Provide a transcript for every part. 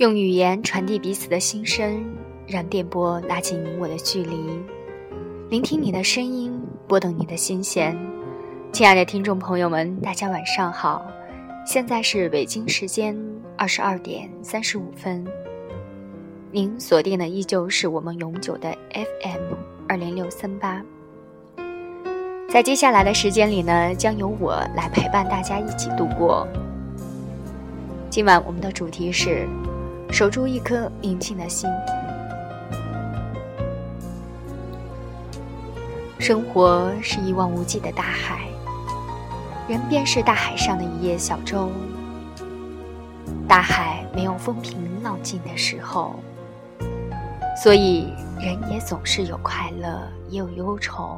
用语言传递彼此的心声，让电波拉近你我的距离。聆听你的声音，拨动你的心弦。亲爱的听众朋友们，大家晚上好，现在是北京时间22点35分。您锁定的依旧是我们永久的 FM20638。在接下来的时间里呢，将由我来陪伴大家一起度过。今晚我们的主题是守住一颗宁静的心。生活是一望无际的大海，人便是大海上的一叶小舟。大海没有风平浪静的时候，所以人也总是有快乐也有忧愁。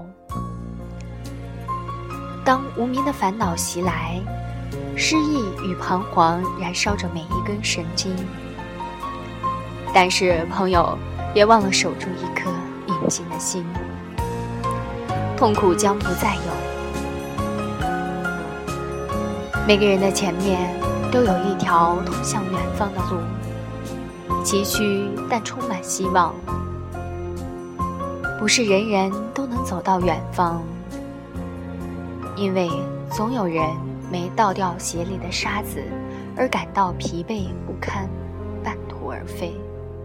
当无名的烦恼袭来，失意与彷徨燃烧着每一根神经。但是朋友，别忘了守住一颗宁静的心，痛苦将不再有。每个人的前面都有一条通向远方的路，崎岖但充满希望。不是人人都能走到远方，因为总有人没倒掉鞋里的沙子而感到疲惫不堪，半途而废。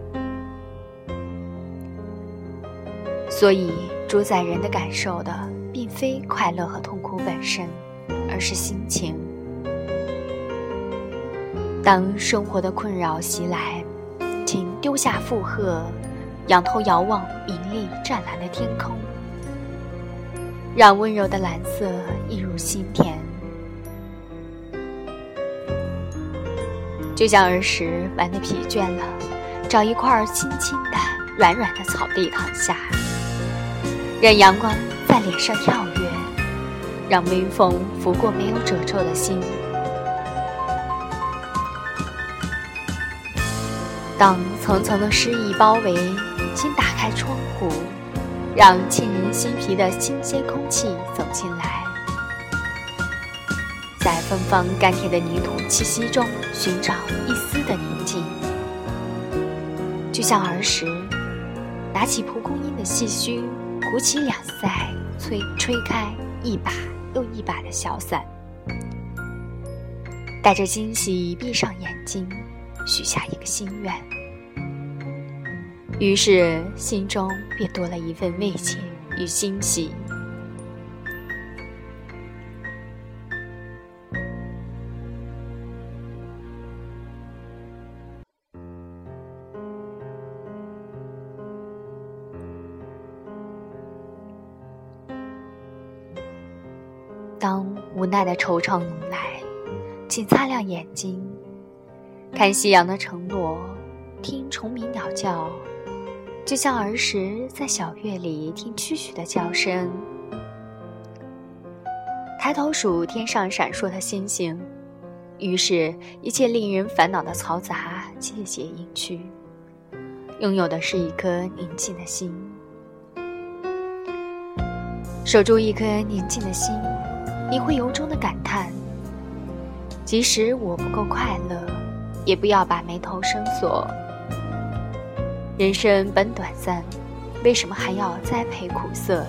所以主宰人的感受的并非快乐和痛苦本身，而是心情。当生活的困扰袭来，请丢下负荷，仰头遥望明丽湛蓝的天空，让温柔的蓝色映入心田。就像儿时玩得疲倦了，找一块轻轻的软软的草地躺下，让阳光在脸上跳跃，让微风拂过没有褶皱的心。当层层的诗意包围，请打开窗户，让沁人心脾的新鲜空气走进来，在芬芳甘甜的泥土气息中寻找一丝的宁静。就像儿时拿起蒲公英的细须，鼓起两腮，吹开一把又一把的小伞，带着惊喜闭上眼睛，许下一个心愿。于是心中便多了一份慰藉与欣喜。当无奈的惆怅迎来，请擦亮眼睛，看夕阳的承诺，听虫鸣鸟叫，就像儿时在小院里听蛐蛐的叫声。抬头数天上闪烁的星星，于是一切令人烦恼的嘈杂节节隐去，拥有的是一颗宁静的心。守住一颗宁静的心，你会由衷的感叹，即使我不够快乐，也不要把眉头深锁。人生本短暂，为什么还要栽培苦涩？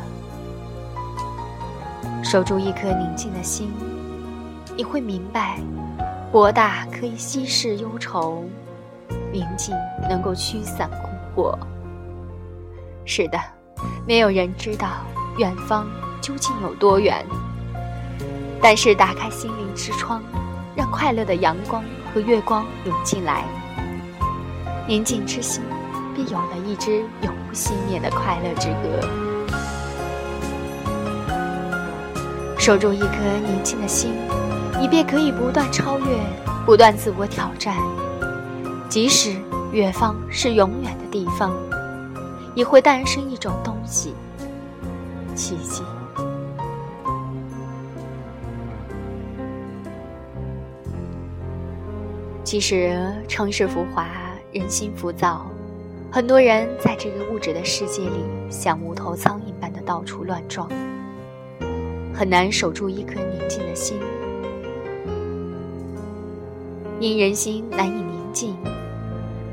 守住一颗宁静的心，你会明白，博大可以稀释忧愁，宁静能够驱散困惑。是的，没有人知道远方究竟有多远，但是打开心灵之窗，让快乐的阳光和月光涌进来，宁静之心必有了一支永不熄灭的快乐之歌。守住一颗宁静的心，你便可以不断超越，不断自我挑战。即使远方是永远的地方，也会诞生一种东西，奇迹。其实城市浮华，人心浮躁，很多人在这个物质的世界里像无头苍蝇般的到处乱撞，很难守住一颗宁静的心。因人心难以宁静，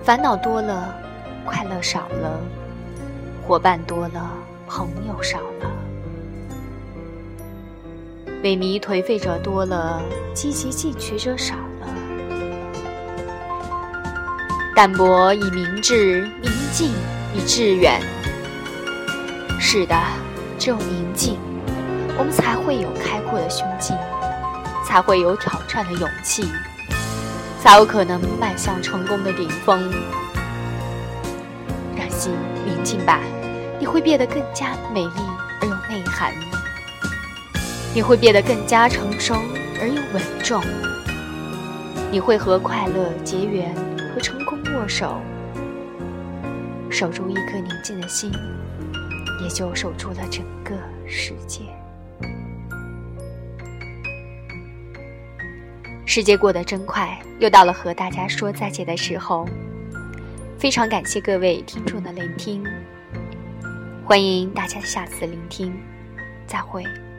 烦恼多了，快乐少了；伙伴多了，朋友少了；萎靡颓废者多了，积极进取者少了；淡泊以明志，宁静以致远。是的，只有宁静，我们才会有开阔的胸襟，才会有挑战的勇气，才有可能迈向成功的顶峰。让心宁静吧，你会变得更加美丽而有内涵，你会变得更加成熟而又稳重，你会和快乐结缘，和成功握手。守住一颗宁静的心，也就守住了整个世界。时间过得真快，又到了和大家说再见的时候。非常感谢各位听众的聆听，欢迎大家的下次聆听，再会。